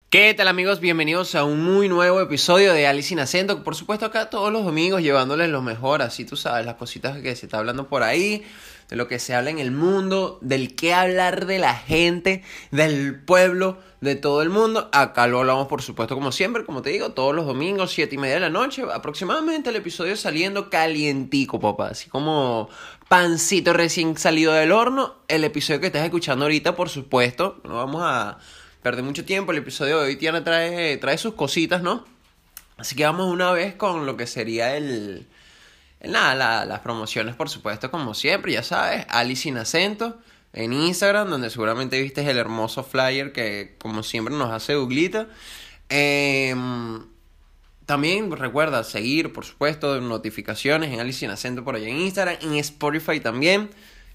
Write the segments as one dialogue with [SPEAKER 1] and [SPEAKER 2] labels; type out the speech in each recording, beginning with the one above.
[SPEAKER 1] ¿Qué tal, amigos? Bienvenidos a un muy nuevo episodio de Alice sin Acento. Por supuesto, acá todos los domingos llevándoles lo mejor, así tú sabes, las cositas que se está hablando por ahí, de lo que se habla en el mundo, del qué hablar de la gente, del pueblo, de todo el mundo. Acá lo hablamos, por supuesto, como siempre, como te digo, todos los domingos, 7:30 de la noche, aproximadamente el episodio saliendo calientico, papá, así como pancito recién salido del horno. El episodio que estás escuchando ahorita, por supuesto, no vamos a perder mucho tiempo. El episodio de hoy trae sus cositas, ¿no? Así que vamos una vez con lo que sería las promociones, por supuesto, como siempre, ya sabes, Alice sin acento en Instagram, donde seguramente viste el hermoso flyer que, como siempre, nos hace Googlita. También recuerda seguir, por supuesto, notificaciones en Alice sin acento por allá en Instagram, en Spotify también.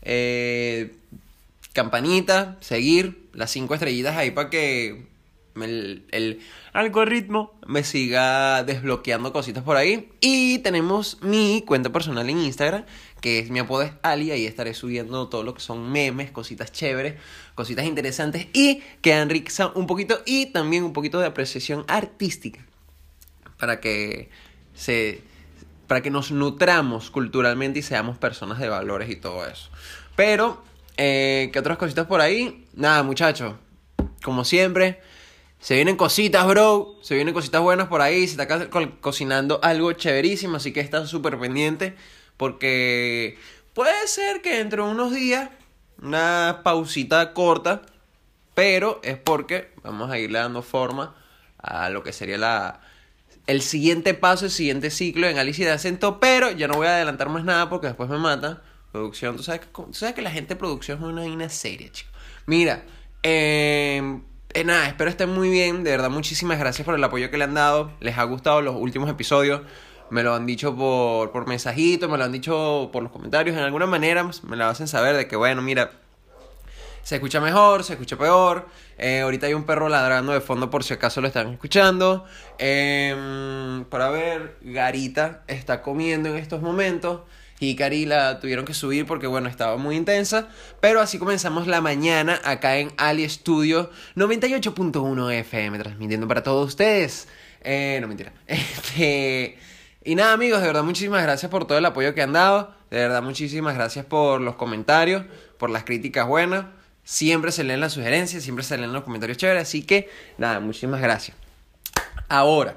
[SPEAKER 1] Campanita, seguir, las 5 estrellitas ahí para que el algoritmo me siga desbloqueando cositas por ahí. Y tenemos mi cuenta personal en Instagram, que es mi apodo es Ali. Ahí estaré subiendo todo lo que son memes, cositas chéveres, cositas interesantes y que enriquezcan un poquito, y también un poquito de apreciación artística para que nos nutramos culturalmente y seamos personas de valores y todo eso. Pero ¿qué otras cositas por ahí? Nada, muchachos, como siempre, se vienen cositas, bro. Se vienen cositas buenas por ahí. Se está cocinando algo chéverísimo, así que están súper pendientes, porque puede ser que dentro de unos días, una pausita corta, pero es porque vamos a irle dando forma a lo que sería el siguiente paso, el siguiente ciclo en Alice de Acento. Pero ya no voy a adelantar más nada porque después me matan. Producción, tú sabes que la gente de producción es una vaina seria, chico. Mira, nada, espero estén muy bien. De verdad, muchísimas gracias por el apoyo que le han dado. Les ha gustado los últimos episodios. Me lo han dicho por mensajitos, me lo han dicho por los comentarios. En alguna manera me lo hacen saber de que, bueno, mira, se escucha mejor, se escucha peor. Ahorita hay un perro ladrando de fondo por si acaso lo están escuchando. Para ver, Garita está comiendo en estos momentos. Y Cari la tuvieron que subir porque, bueno, estaba muy intensa. Pero así comenzamos la mañana acá en Ali Studio 98.1 FM, transmitiendo para todos ustedes. No, mentira. Y nada, amigos, de verdad, muchísimas gracias por todo el apoyo que han dado. De verdad, muchísimas gracias por los comentarios, por las críticas buenas. Siempre se leen las sugerencias, siempre se leen los comentarios chéveres. Así que, nada, muchísimas gracias. Ahora,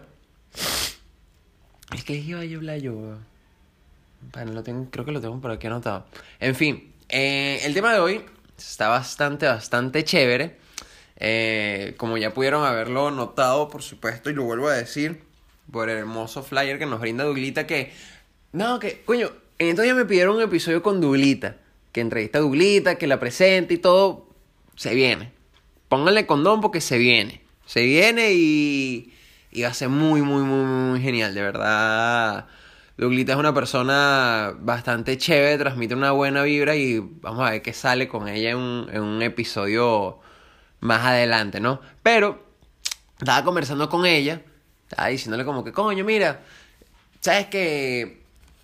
[SPEAKER 1] es que iba a hablar yo. Bueno, creo que lo tengo por aquí anotado. En fin, el tema de hoy está bastante chévere. Como ya pudieron haberlo notado, por supuesto, y lo vuelvo a decir, por el hermoso flyer que nos brinda Douglita. Coño, entonces ya me pidieron un episodio con Douglita, que entrevista a Douglita, que la presente y todo. Se viene. Pónganle condón porque se viene. Se viene y va a ser muy genial, de verdad. Douglita es una persona bastante chévere, transmite una buena vibra y vamos a ver qué sale con ella en un episodio más adelante, ¿no? Pero estaba conversando con ella, estaba diciéndole como que, coño, mira, ¿sabes qué?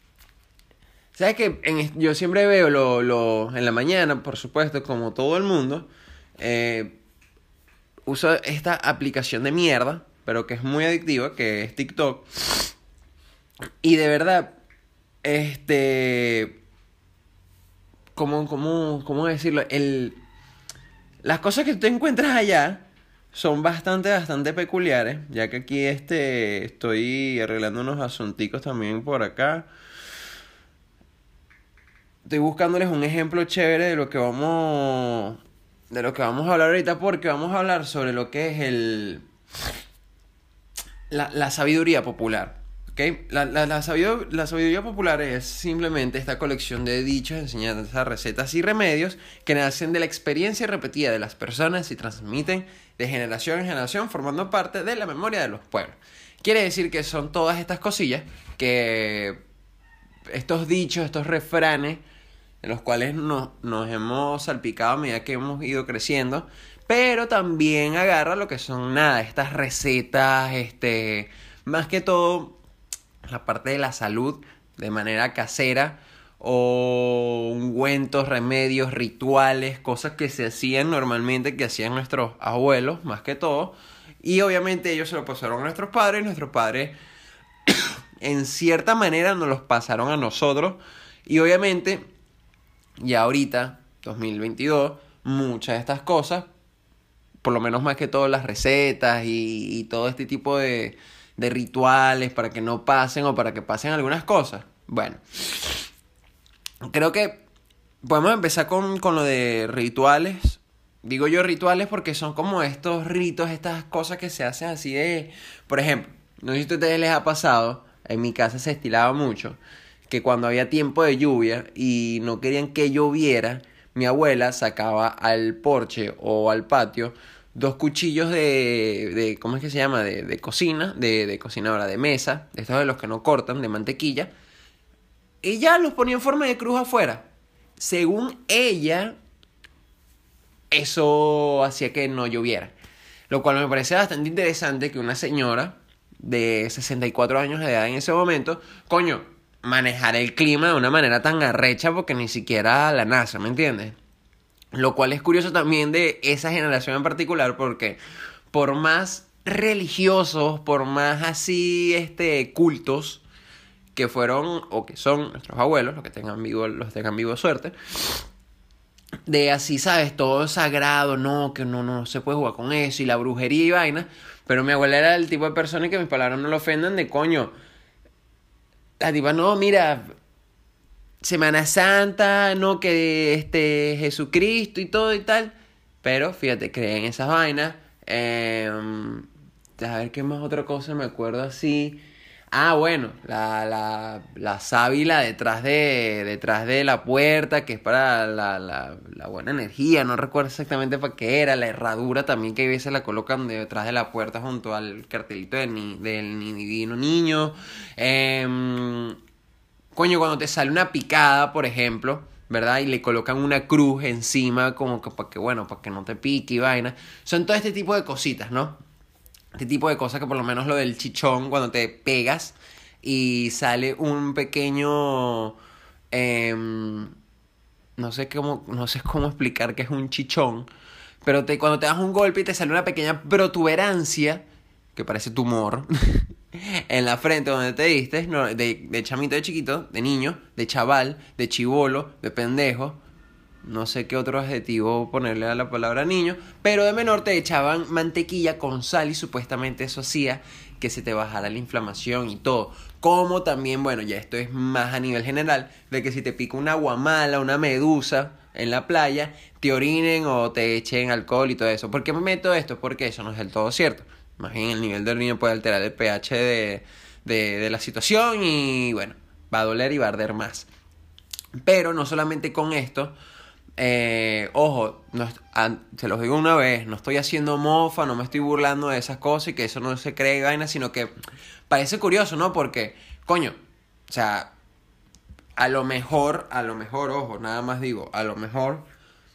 [SPEAKER 1] Yo siempre veo en la mañana, por supuesto, como todo el mundo, uso esta aplicación de mierda, pero que es muy adictiva, que es TikTok. Y de verdad, ¿cómo decirlo? Las cosas que tú te encuentras allá son bastante peculiares, ya que aquí estoy arreglando unos asunticos también por acá. Estoy buscándoles un ejemplo chévere de lo que vamos a hablar ahorita, porque vamos a hablar sobre lo que es la sabiduría popular. ¿Okay? La sabiduría popular es simplemente esta colección de dichos, enseñanzas, recetas y remedios que nacen de la experiencia repetida de las personas y transmiten de generación en generación, formando parte de la memoria de los pueblos. Quiere decir que son todas estas cosillas, que estos dichos, estos refranes, en los cuales nos hemos salpicado a medida que hemos ido creciendo, pero también agarra lo que son estas recetas, más que todo la parte de la salud de manera casera, o ungüentos, remedios, rituales, cosas que se hacían normalmente, que hacían nuestros abuelos más que todo, Y obviamente ellos se lo pasaron a nuestros padres en cierta manera nos los pasaron a nosotros. Y obviamente, ya ahorita, 2022, muchas de estas cosas, por lo menos más que todo las recetas y todo este tipo de rituales para que no pasen o para que pasen algunas cosas. Bueno, creo que podemos empezar con lo de rituales. Digo yo rituales porque son como estos ritos, estas cosas que se hacen así de... Por ejemplo, no sé si a ustedes les ha pasado, en mi casa se estilaba mucho, que cuando había tiempo de lluvia y no querían que lloviera, mi abuela sacaba al porche o al patio 2 cuchillos de ¿cómo es que se llama? De cocina, de cocinadora, de mesa, de estos de los que no cortan, de mantequilla, y ya los ponía en forma de cruz afuera. Según ella, eso hacía que no lloviera. Lo cual me parece bastante interesante que una señora de 64 años de edad en ese momento, coño, manejar el clima de una manera tan arrecha porque ni siquiera la NASA, ¿me entiendes? Lo cual es curioso también de esa generación en particular porque por más religiosos, por más así cultos que fueron o que son nuestros abuelos, los que tengan vivo suerte, de así, ¿sabes? Todo sagrado, no, que no se puede jugar con eso y la brujería y vaina, pero mi abuela era el tipo de persona que mis palabras no le ofendan de coño. La tipa, no, mira, Semana Santa, no, que Jesucristo y todo y tal. Pero fíjate, creen esas vainas. A ver qué más otra cosa me acuerdo así. Ah, bueno, la sábila detrás de la puerta, que es para la buena energía. No recuerdo exactamente para qué era. La herradura también que a veces la colocan detrás de la puerta junto al cartelito del divino niño. Coño, cuando te sale una picada, por ejemplo, ¿verdad? Y le colocan una cruz encima como que para que no te pique y vaina. Son todo este tipo de cositas, ¿no? Este tipo de cosas que por lo menos lo del chichón, cuando te pegas y sale un pequeño... no sé cómo explicar qué es un chichón. Pero cuando te das un golpe y te sale una pequeña protuberancia, que parece tumor, en la frente donde te diste, no, de chamito, de chiquito, de niño, de chaval, de chibolo, de pendejo. No sé qué otro adjetivo ponerle a la palabra niño, pero de menor te echaban mantequilla con sal y supuestamente eso hacía que se te bajara la inflamación y todo. Como también, bueno, ya esto es más a nivel general, de que si te pica una guamala, una medusa en la playa, te orinen o te echen alcohol y todo eso. ¿Por qué me meto esto? Porque eso no es del todo cierto. Más bien el nivel de orina puede alterar el pH de la situación y bueno, va a doler y va a arder más. Pero no solamente con esto. Ojo, se los digo una vez, no estoy haciendo mofa, no me estoy burlando de esas cosas y que eso no se cree vaina, sino que parece curioso, ¿no? Porque, coño, o sea, a lo mejor, ojo, nada más digo, a lo mejor,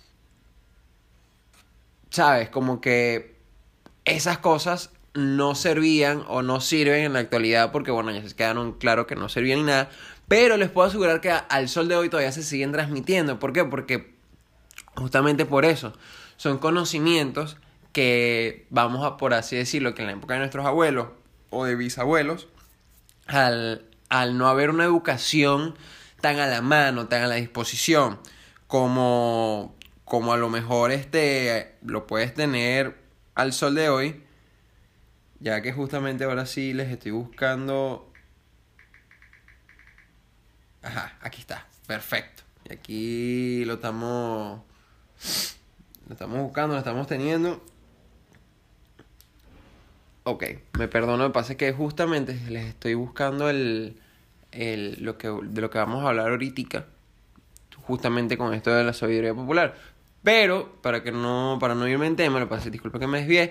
[SPEAKER 1] ¿sabes? Como que esas cosas no servían o no sirven en la actualidad porque, bueno, ya se quedaron claro que no servían ni nada, pero les puedo asegurar que al sol de hoy todavía se siguen transmitiendo. ¿Por qué? Porque justamente por eso, son conocimientos que vamos a, por así decirlo, que en la época de nuestros abuelos o de bisabuelos, al no haber una educación tan a la mano, tan a la disposición, como a lo mejor lo puedes tener al sol de hoy, ya que justamente ahora sí les estoy buscando. Ajá, aquí está, perfecto. Y aquí lo estamos buscando, lo estamos teniendo. Ok, me perdono, me pasa que justamente les estoy buscando de lo que vamos a hablar ahorita, justamente con esto de la sabiduría popular. Pero, para no irme en tema, lo que pasa, disculpa que me desvié,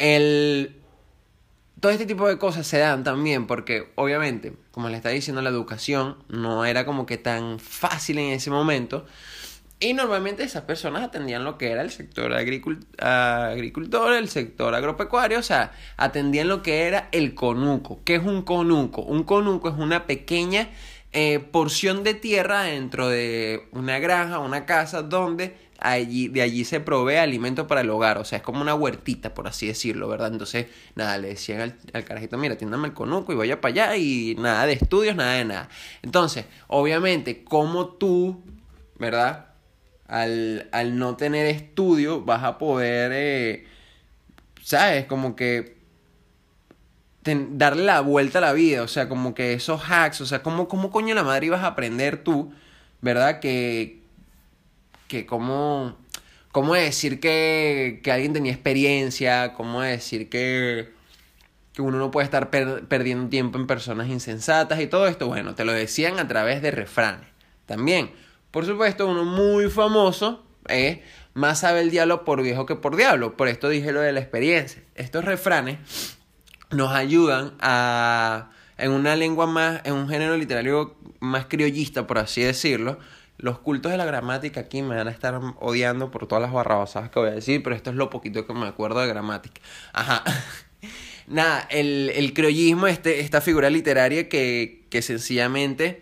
[SPEAKER 1] todo este tipo de cosas se dan también porque, obviamente, como les estaba diciendo, la educación no era como que tan fácil en ese momento. Y normalmente esas personas atendían lo que era el sector agricultor, el sector agropecuario, o sea, atendían lo que era el conuco. ¿Qué es un conuco? Un conuco es una pequeña porción de tierra dentro de una granja, una casa, donde de allí se provee alimento para el hogar. O sea, es como una huertita, por así decirlo, ¿verdad? Entonces, nada, le decían al carajito, mira, tiéndame el conuco y vaya para allá, y nada de estudios, nada de nada. Entonces, obviamente, como tú, ¿verdad? Al no tener estudio, vas a poder, ¿sabes? Como que darle la vuelta a la vida. O sea, como que esos hacks, o sea, ¿cómo coño la madre ibas a aprender tú, ¿verdad? Cómo decir que alguien tenía experiencia, cómo decir que uno no puede estar perdiendo tiempo en personas insensatas y todo esto. Bueno, te lo decían a través de refranes. También, por supuesto, uno muy famoso es más sabe el diablo por viejo que por diablo. Por esto dije lo de la experiencia. Estos refranes nos ayudan en una lengua más, en un género literario más criollista, por así decirlo. Los cultos de la gramática aquí me van a estar odiando por todas las barrabasadas que voy a decir, pero esto es lo poquito que me acuerdo de gramática. Ajá. Nada, el criollismo, esta figura literaria que sencillamente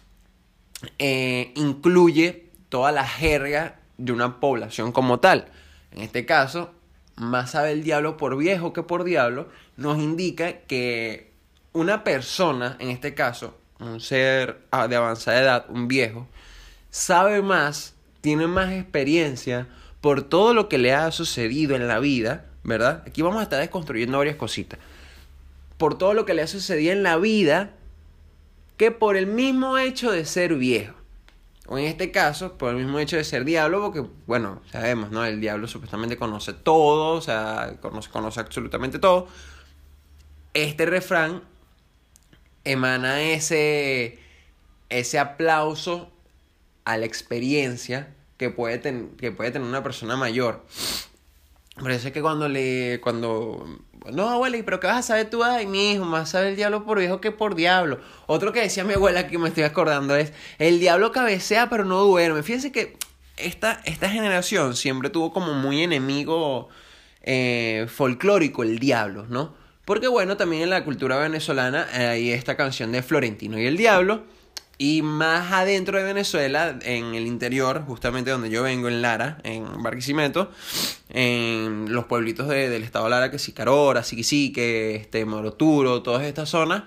[SPEAKER 1] incluye toda la jerga de una población como tal. En este caso, más sabe el diablo por viejo que por diablo, nos indica que una persona, en este caso, un ser de avanzada edad, un viejo, sabe más, tiene más experiencia por todo lo que le ha sucedido en la vida, ¿verdad? Aquí vamos a estar desconstruyendo varias cositas. Por todo lo que le ha sucedido en la vida, que por el mismo hecho de ser viejo. O en este caso, por el mismo hecho de ser diablo, porque, bueno, sabemos, ¿no? El diablo supuestamente conoce todo, o sea, conoce absolutamente todo. Este refrán emana ese aplauso a la experiencia que puede tener una persona mayor. Por eso es que no, abuela, ¿pero qué vas a saber tú? Ay, mi hijo, más sabe el diablo por viejo que por diablo. Otro que decía mi abuela, que me estoy acordando, es: el diablo cabecea pero no duerme. Fíjense que esta generación siempre tuvo como muy enemigo folclórico el diablo, ¿no? Porque bueno, también en la cultura venezolana hay esta canción de Florentino y el Diablo. Y más adentro de Venezuela, en el interior, justamente donde yo vengo, en Lara, en Barquisimeto, en los pueblitos del estado Lara, que sí, Carora, Siquisique, Moroturo, todas estas zonas,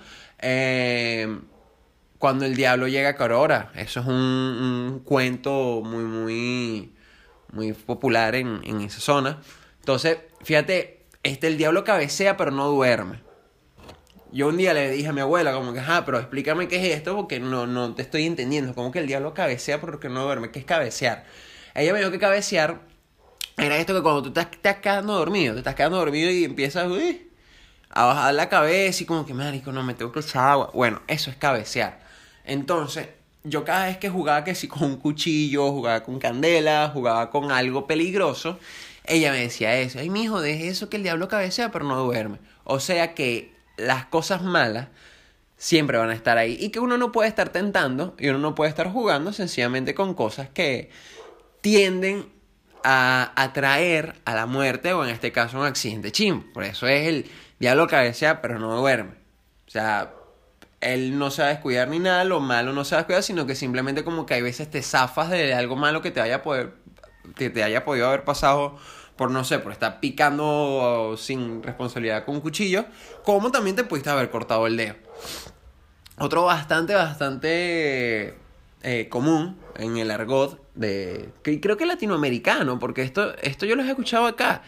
[SPEAKER 1] cuando el diablo llega a Carora, eso es un cuento muy, muy, muy popular en esa zona. Entonces, fíjate, el diablo cabecea pero no duerme. Yo un día le dije a mi abuela como que, pero explícame qué es esto, porque no te estoy entendiendo. Como que el diablo cabecea porque no duerme. ¿Qué es cabecear? Ella me dijo que cabecear era esto, que cuando tú te estás quedando dormido y empiezas a bajar la cabeza y como que, marico, no, me tengo que echar agua. Bueno, eso es cabecear. Entonces, yo cada vez que jugaba, que si con un cuchillo, jugaba con candela, jugaba con algo peligroso, ella me decía eso: ay, mijo, deje eso, que el diablo cabecea pero no duerme. O sea que las cosas malas siempre van a estar ahí, y que uno no puede estar tentando y uno no puede estar jugando sencillamente con cosas que tienden a atraer a la muerte, o en este caso un accidente chimbo. Por eso es el diablo cabecea pero no duerme. O sea, él no se va a descuidar ni nada, lo malo no se va a descuidar, sino que simplemente como que hay veces te zafas de algo malo que te haya podido haber pasado por, no sé, por estar picando sin responsabilidad con un cuchillo, como también te pudiste haber cortado el dedo. Otro bastante común en el argot que creo que latinoamericano, porque esto yo los he escuchado acá: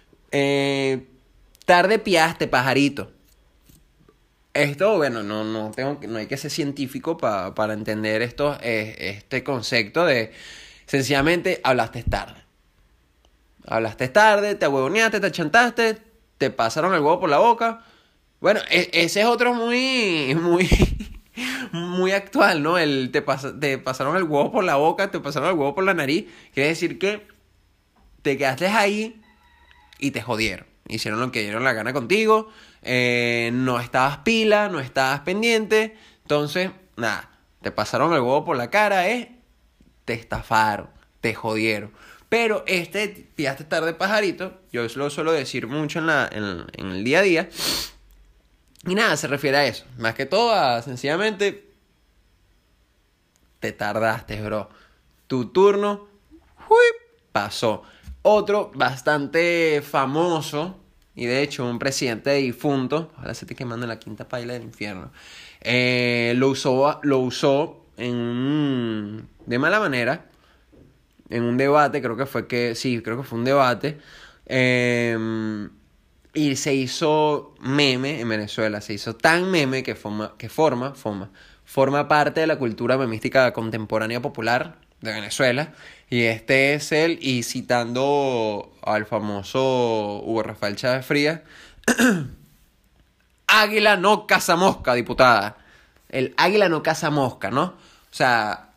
[SPEAKER 1] tarde piaste, pajarito. Esto, bueno, no hay que ser científico para entender este concepto de sencillamente hablaste tarde. Hablaste tarde, te ahuevoneaste, te achantaste, te pasaron el huevo por la boca. Bueno, ese es otro muy muy actual, ¿no? Te pasaron el huevo por la boca, te pasaron el huevo por la nariz. Quiere decir que te quedaste ahí y te jodieron. Hicieron lo que dieron la gana contigo. No estabas pila, no estabas pendiente. Entonces, nada, te pasaron el huevo por la cara, te estafaron, te jodieron. Pero pillaste tarde, pajarito, yo lo suelo decir mucho en el día a día. Y nada, se refiere a eso. Más que todo a, sencillamente, te tardaste, bro. Tu turno, ¡hui! Pasó. Otro bastante famoso, y de hecho un presidente difunto, ojalá se esté quemando en la quinta paila del infierno, lo usó de mala manera, en un debate, creo que fue un debate, y se hizo meme en Venezuela, se hizo tan meme que forma parte de la cultura memística contemporánea popular de Venezuela. Y y citando al famoso Hugo Rafael Chávez Frías, águila no caza mosca, diputada. El águila no caza mosca, ¿no? O sea,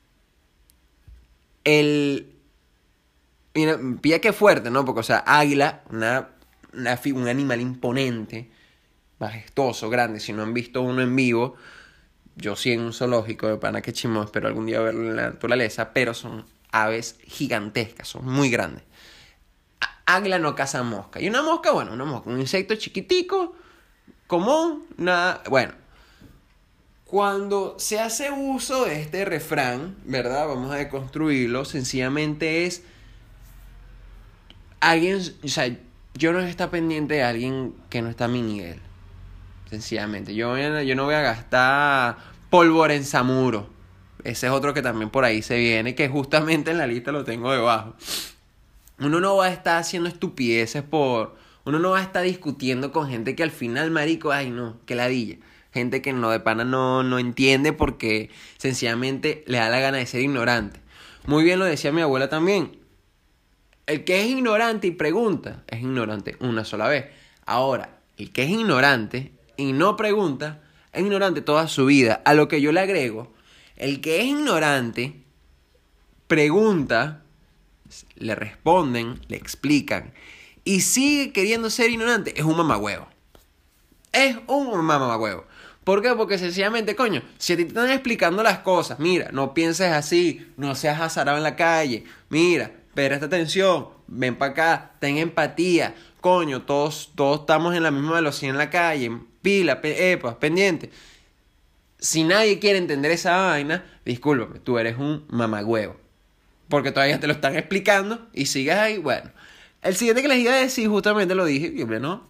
[SPEAKER 1] mira, pilla que fuerte, ¿no? Porque, o sea, águila, un animal imponente, majestuoso, grande. Si no han visto uno en vivo, yo sí en un zoológico de pana que chimo, espero algún día verlo en la naturaleza, pero son aves gigantescas, son muy grandes. Águila no caza mosca. Y una mosca, un insecto chiquitico, común, nada. Bueno, cuando se hace uso de este refrán, ¿verdad? Vamos a deconstruirlo. Sencillamente es alguien, o sea, yo no está pendiente de alguien que no está a mi nivel. Sencillamente, yo no voy a gastar pólvora en Samuro. Ese es otro que también por ahí se viene, que justamente en la lista lo tengo debajo. Uno no va a estar haciendo estupideces uno no va a estar discutiendo con gente que al final, marico, ay no, que ladilla. Gente que no de pana no entiende porque sencillamente le da la gana de ser ignorante. Muy bien lo decía mi abuela también. El que es ignorante y pregunta, es ignorante una sola vez. Ahora, el que es ignorante y no pregunta, es ignorante toda su vida. A lo que yo le agrego, el que es ignorante, pregunta, le responden, le explican, y sigue queriendo ser ignorante, es un mamagüevo. Es un mamagüevo. ¿Por qué? Porque sencillamente, coño, si a ti te están explicando las cosas, mira, no pienses así, no seas azarado en la calle, mira, presta atención, ven para acá, ten empatía, coño, todos estamos en la misma velocidad en la calle, pila, pendiente. Si nadie quiere entender esa vaina, discúlpame, tú eres un mamagüevo. Porque todavía te lo están explicando y sigues ahí, bueno. El siguiente que les iba a decir, justamente lo dije, y hombre, ¿no?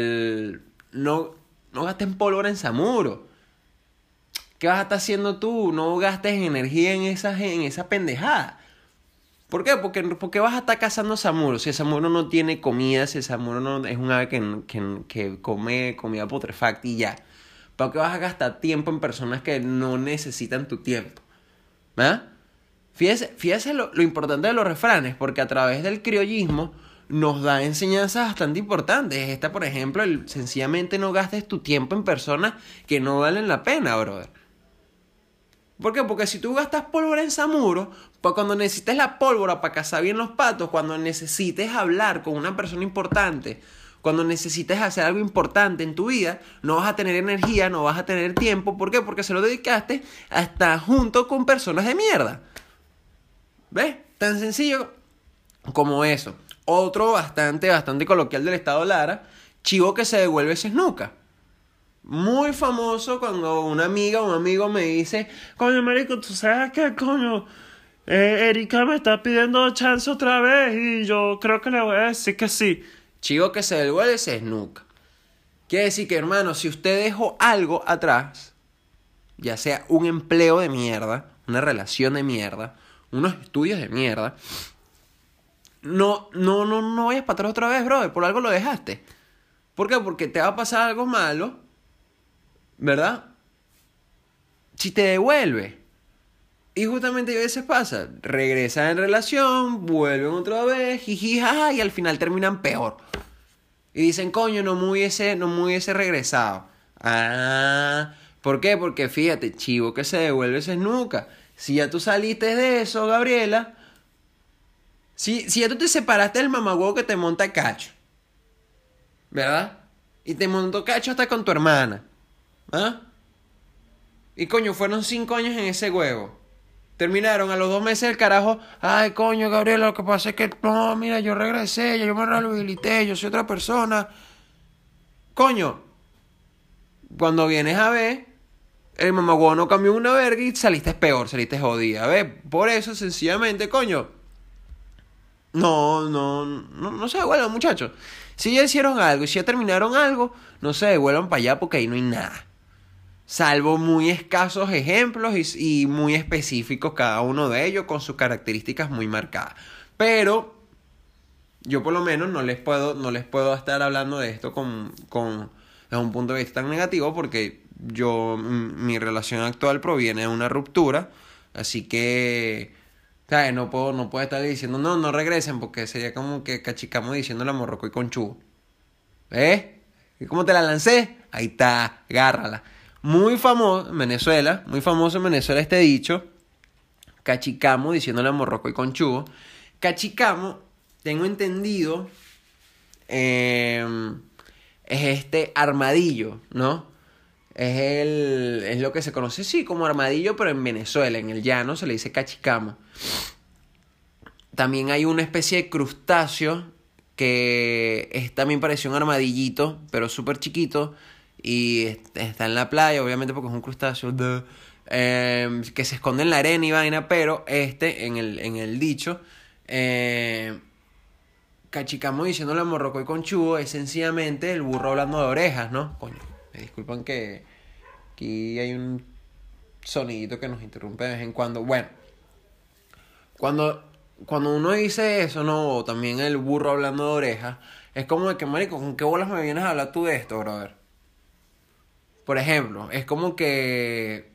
[SPEAKER 1] No gastes pólvora en Samuro. ¿Qué vas a estar haciendo tú? No gastes energía en esa pendejada. ¿Por qué? Porque vas a estar cazando Samuro. Si el Samuro no tiene comida, si el Samuro no es un ave que come comida putrefacta y ya. ¿Para qué vas a gastar tiempo en personas que no necesitan tu tiempo? ¿Ah? Fíjese lo importante de los refranes, porque a través del criollismo nos da enseñanzas bastante importantes. Esta, por ejemplo, sencillamente no gastes tu tiempo en personas que no valen la pena, brother. ¿Por qué? Porque si tú gastas pólvora en Samuro, pues cuando necesites la pólvora para cazar bien los patos, cuando necesites hablar con una persona importante, cuando necesites hacer algo importante en tu vida, no vas a tener energía, no vas a tener tiempo. ¿Por qué? Porque se lo dedicaste a estar junto con personas de mierda. ¿Ves? Tan sencillo como eso. Otro bastante coloquial del estado Lara, chivo que se devuelve ese snuca. Muy famoso cuando una amiga o un amigo me dice, coño, marico, ¿tú sabes qué, coño? Erika me está pidiendo chance otra vez y yo creo que le voy a decir que sí. Chivo que se devuelve ese snuca. Quiere decir que, hermano, si usted dejó algo atrás, ya sea un empleo de mierda, una relación de mierda, unos estudios de mierda, no vayas para atrás otra vez, brother, por algo lo dejaste. ¿Por qué? Porque te va a pasar algo malo, ¿verdad? Si te devuelve. Y justamente a veces pasa, regresan en relación, vuelven otra vez, jiji, jaja, y al final terminan peor. Y dicen, coño, no me hubiese regresado. ¿Por qué? Porque fíjate, chivo que se devuelve ese snuca. Si ya tú saliste de eso, Gabriela, si ya tú te separaste del mamagüevo que te monta cacho, ¿verdad? Y te montó cacho hasta con tu hermana, ¿ah? Y coño, fueron 5 años en ese huevo. Terminaron a los 2 meses el carajo. Ay, coño, Gabriela, lo que pasa es que no, mira, yo regresé, yo me rehabilité, yo soy otra persona. Coño, cuando vienes a ver, el mamagüevo no cambió una verga y saliste peor, saliste jodida, ¿ves? Por eso, sencillamente, coño, no se devuelvan, muchachos. Si ya hicieron algo y si ya terminaron algo, no se devuelvan para allá porque ahí no hay nada. Salvo muy escasos ejemplos y muy específicos cada uno de ellos con sus características muy marcadas. Pero yo por lo menos no les puedo estar hablando de esto desde un punto de vista tan negativo porque mi relación actual proviene de una ruptura. Así que, ¿sabes? No puedo estar diciendo, no regresen porque sería como que cachicamos diciéndole a Morroco y Conchudo. ¿Eh? ¿Y cómo te la lancé? Ahí está, agárrala. Muy famoso en Venezuela este dicho, cachicamo, diciéndole a Morroco y Conchudo. Cachicamo, tengo entendido, es este armadillo, ¿no? Es lo que se conoce, sí, como armadillo, pero en Venezuela, en el llano, se le dice cachicamo. También hay una especie de crustáceo que es también parecido a un armadillito, pero súper chiquito. Y está en la playa, obviamente porque es un crustáceo. Que se esconde en la arena y vaina. Pero en el dicho, cachicamo diciéndole a Morroco y Conchudo es sencillamente el burro hablando de orejas, ¿no? Coño, me disculpan que aquí hay un sonidito que nos interrumpe de vez en cuando. Bueno, cuando uno dice eso, ¿no? O también el burro hablando de orejas, es como de que, marico, ¿con qué bolas me vienes a hablar tú de esto, brother? Por ejemplo, es como que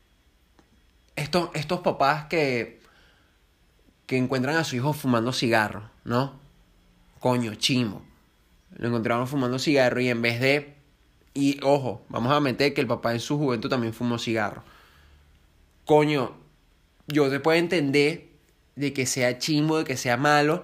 [SPEAKER 1] estos papás que encuentran a su hijo fumando cigarro, ¿no? Coño, chimo. Lo encontraron fumando cigarro y en vez de... Y ojo, vamos a meter que el papá en su juventud también fumó cigarro. Coño, yo te puedo entender de que sea chimbo, de que sea malo,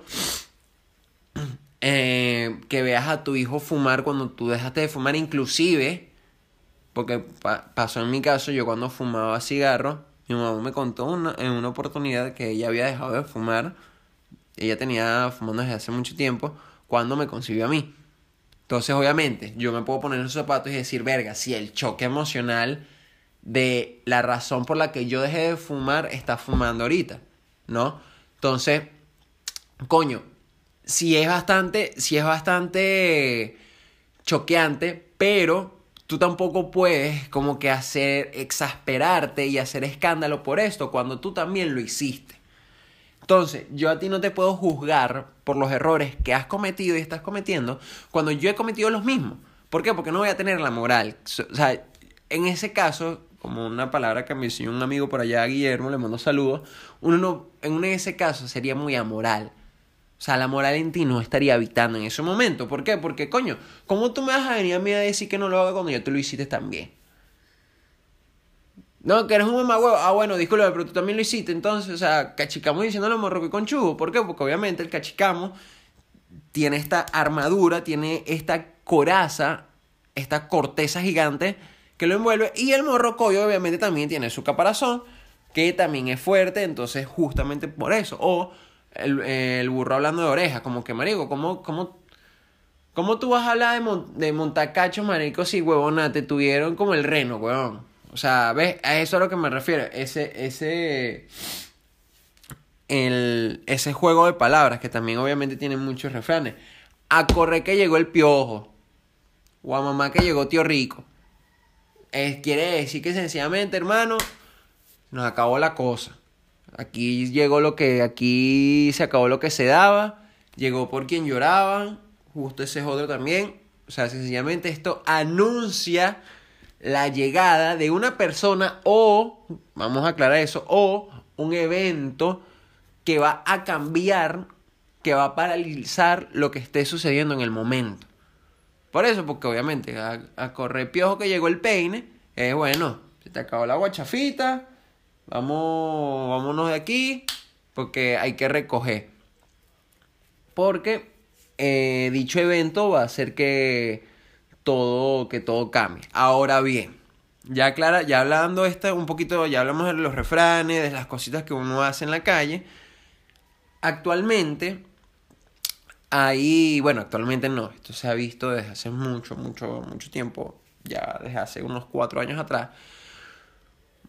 [SPEAKER 1] que veas a tu hijo fumar cuando tú dejaste de fumar, inclusive, porque pasó en mi caso, yo cuando fumaba cigarro, mi mamá me contó en una oportunidad que ella había dejado de fumar, ella tenía fumando desde hace mucho tiempo, cuando me concibió a mí. Entonces, obviamente, yo me puedo poner en sus zapatos y decir, verga, si el choque emocional de la razón por la que yo dejé de fumar está fumando ahorita, ¿no? Entonces, coño, si es bastante choqueante, pero tú tampoco puedes como que exasperarte y hacer escándalo por esto cuando tú también lo hiciste. Entonces, yo a ti no te puedo juzgar por los errores que has cometido y estás cometiendo cuando yo he cometido los mismos. ¿Por qué? Porque no voy a tener la moral. O sea, en ese caso, como una palabra que me enseñó un amigo por allá, Guillermo, le mando saludos, en ese caso sería muy amoral. O sea, la moral en ti no estaría habitando en ese momento. ¿Por qué? Porque, coño, ¿cómo tú me vas a venir a mí a decir que no lo haga cuando yo te lo hiciste también? No, que eres un mamagüevo. Ah, bueno, disculpe, pero tú también lo hiciste. Entonces, o sea, cachicamo diciéndole a Morroco y Conchudo. ¿Por qué? Porque obviamente el cachicamo tiene esta armadura, tiene esta coraza, esta corteza gigante que lo envuelve. Y el morrocoyo obviamente también tiene su caparazón, que también es fuerte. Entonces, justamente por eso. O el burro hablando de orejas. Como que, marico, ¿cómo tú vas a hablar de montacachos, marico, si, huevona, te tuvieron como el reno, huevón? O sea, ¿ves? A eso es a lo que me refiero. Ese juego de palabras que también obviamente tiene muchos refranes. A correr que llegó el piojo. O a mamá que llegó tío rico. Quiere decir que sencillamente, hermano, nos acabó la cosa. Aquí se acabó lo que se daba. Llegó por quien lloraban. Justo ese es otro también. O sea, sencillamente esto anuncia la llegada de una persona vamos a aclarar eso, o un evento que va a cambiar, que va a paralizar lo que esté sucediendo en el momento. Por eso, porque obviamente a correr piojo que llegó el peine, bueno, se te acabó la guachafita, vámonos de aquí, porque hay que recoger. Porque dicho evento va a hacer que todo cambie. Ahora bien, ya hablando un poquito, ya hablamos de los refranes, de las cositas que uno hace en la calle. Actualmente actualmente no, esto se ha visto desde hace mucho tiempo, ya desde hace unos 4 años atrás.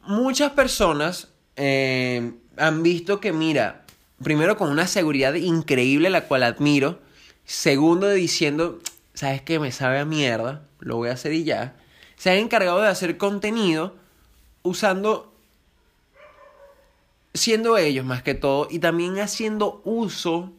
[SPEAKER 1] muchas personas han visto que, mira, primero con una seguridad increíble, la cual admiro. Segundo, diciendo, ¿sabes qué? Me sabe a mierda, lo voy a hacer y ya. Se han encargado de hacer contenido siendo ellos más que todo, y también haciendo uso,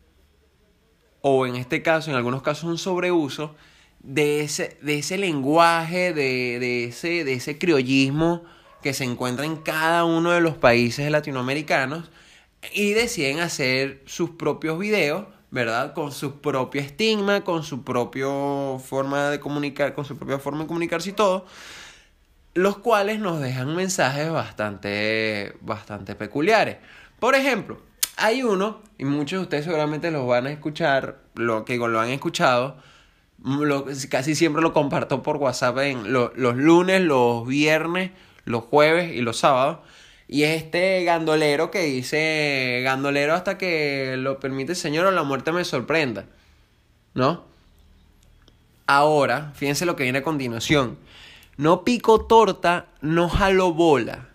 [SPEAKER 1] o en este caso, en algunos casos un sobreuso, de ese lenguaje, de ese criollismo que se encuentra en cada uno de los países latinoamericanos, y deciden hacer sus propios videos, ¿verdad? Con su propio estigma, con su propia forma de comunicar, con su propia forma de comunicarse y todo, los cuales nos dejan mensajes bastante peculiares. Por ejemplo, hay uno, y muchos de ustedes seguramente los van a escuchar, lo han escuchado, casi siempre lo comparto por WhatsApp en los lunes, los viernes, los jueves y los sábados. Y es este gandolero que dice, gandolero hasta que lo permite el Señor o la muerte me sorprenda, ¿no? Ahora, fíjense lo que viene a continuación. No pico torta, no jalo bola.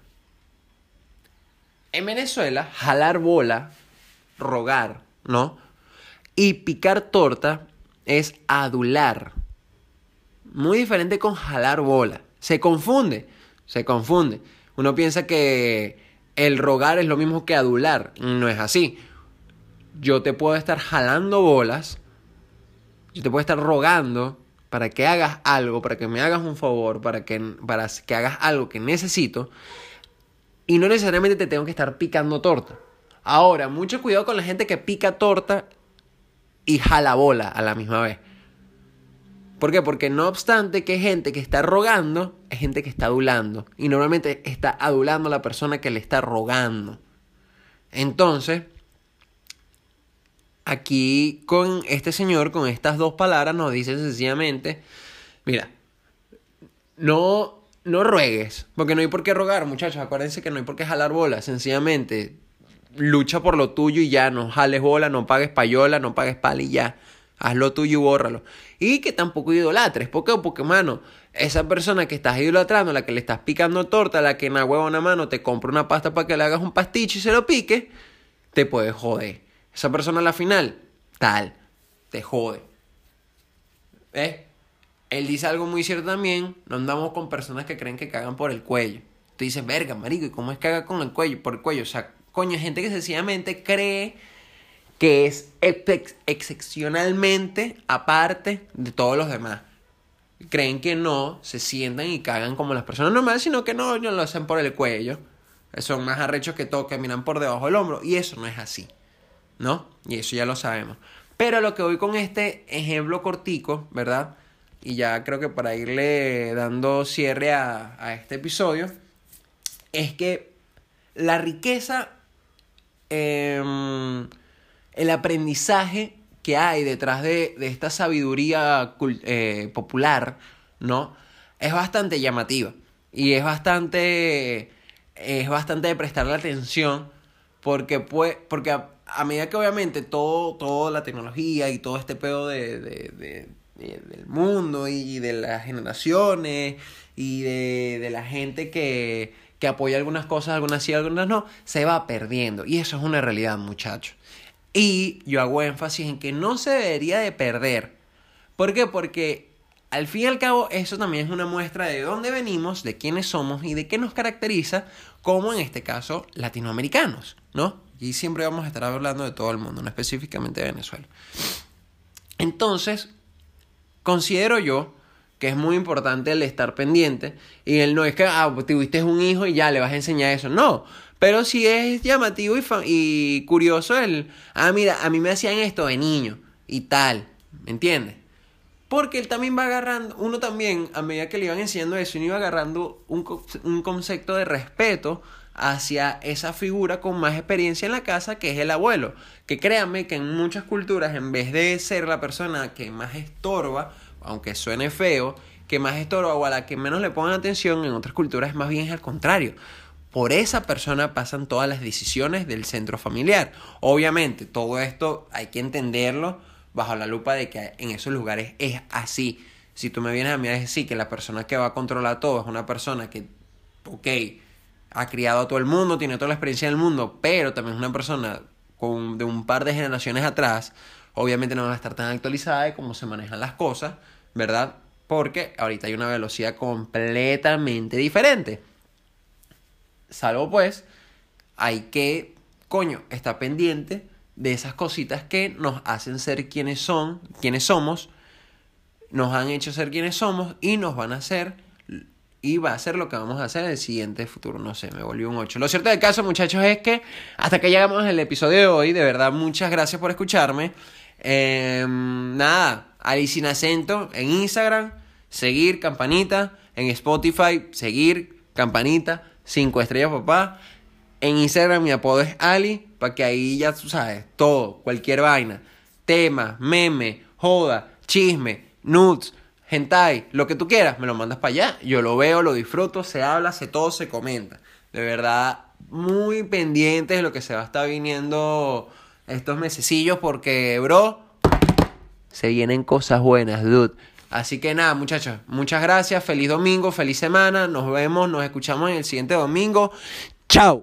[SPEAKER 1] En Venezuela, jalar bola, rogar, ¿no? Y picar torta es adular. Muy diferente con jalar bola. Se confunde. Uno piensa que el rogar es lo mismo que adular. No es así. Yo te puedo estar jalando bolas. Yo te puedo estar rogando para que hagas algo, para que me hagas un favor, para que hagas algo que necesito. Y no necesariamente te tengo que estar picando torta. Ahora, mucho cuidado con la gente que pica torta y jala bola a la misma vez. ¿Por qué? Porque no obstante que gente que está rogando, es gente que está adulando. Y normalmente está adulando a la persona que le está rogando. Entonces, aquí con este señor, con estas dos palabras, nos dice sencillamente, mira, no ruegues, porque no hay por qué rogar, muchachos. Acuérdense que no hay por qué jalar bola. Sencillamente, lucha por lo tuyo y ya. No jales bola, no pagues payola, no pagues pala y ya. Haz lo tuyo y bórralo. Y que tampoco idolatres. ¿Por qué? Porque, mano, esa persona que estás idolatrando, la que le estás picando torta, la que en la huevona mano te compra una pasta para que le hagas un pasticho y se lo pique, te puede joder. Esa persona a la final, te jode. ¿Ves? Él dice algo muy cierto también. No andamos con personas que creen que cagan por el cuello. Tú dices, verga, marico, ¿y cómo es que caga con el cuello? Por el cuello. O sea, coño, gente que sencillamente cree que es excepcionalmente aparte de todos los demás. Creen que no se sientan y cagan como las personas normales, sino que no lo hacen por el cuello. Son más arrechos que todo, que miran por debajo del hombro. Y eso no es así, ¿no? Y eso ya lo sabemos. Pero a lo que voy con este ejemplo cortico, ¿verdad? Y ya creo que para irle dando cierre a este episodio, es que la riqueza, el aprendizaje que hay detrás de esta sabiduría popular, ¿no? Es bastante llamativa. Y es bastante de prestarle atención, porque a medida que obviamente toda la tecnología y todo este pedo del mundo y de las generaciones y de la gente que apoya algunas cosas, algunas sí, algunas no, se va perdiendo. Y eso es una realidad, muchachos. Y yo hago énfasis en que no se debería de perder. ¿Por qué? Porque al fin y al cabo eso también es una muestra de dónde venimos, de quiénes somos y de qué nos caracteriza como en este caso latinoamericanos, ¿no? Y siempre vamos a estar hablando de todo el mundo, no específicamente de Venezuela. Entonces, considero yo que es muy importante el estar pendiente. Y el no es que tuviste un hijo y ya le vas a enseñar eso. No, pero sí es llamativo y curioso mira, a mí me hacían esto de niño y tal, ¿me entiendes? Porque él también va agarrando, uno también, a medida que le iban enseñando eso, uno iba agarrando un concepto de respeto hacia esa figura con más experiencia en la casa, que es el abuelo. Que créanme que en muchas culturas, en vez de ser la persona que más estorba, aunque suene feo, que más estorba o a la que menos le pongan atención, en otras culturas más bien es al contrario. Por esa persona pasan todas las decisiones del centro familiar. Obviamente, todo esto hay que entenderlo bajo la lupa de que en esos lugares es así. Si tú me vienes a mí a decir que la persona que va a controlar todo es una persona que, ok, ha criado a todo el mundo, tiene toda la experiencia del mundo, pero también es una persona de un par de generaciones atrás, obviamente no va a estar tan actualizada de cómo se manejan las cosas, ¿verdad? Porque ahorita hay una velocidad completamente diferente. Salvo pues, hay que, estar pendiente de esas cositas que nos hacen ser quienes somos, nos han hecho ser quienes somos y nos van a hacer, y va a ser lo que vamos a hacer en el siguiente futuro. No sé, me volví un 8. Lo cierto del caso, muchachos, es que hasta que llegamos al episodio de hoy. De verdad, muchas gracias por escucharme. Nada, Ali Sin Acento en Instagram, seguir, campanita. En Spotify, seguir, campanita, 5 estrellas, papá. En Instagram mi apodo es Ali, para que ahí ya tú sabes, todo, cualquier vaina, tema, meme, joda, chisme, nudes, hentai, lo que tú quieras, me lo mandas para allá. Yo lo veo, lo disfruto, se habla, todo se comenta. De verdad, muy pendientes de lo que se va a estar viniendo estos mesecillos porque, bro, se vienen cosas buenas, dude. Así que nada, muchachos, muchas gracias, feliz domingo, feliz semana, nos vemos, nos escuchamos en el siguiente domingo. ¡Chao!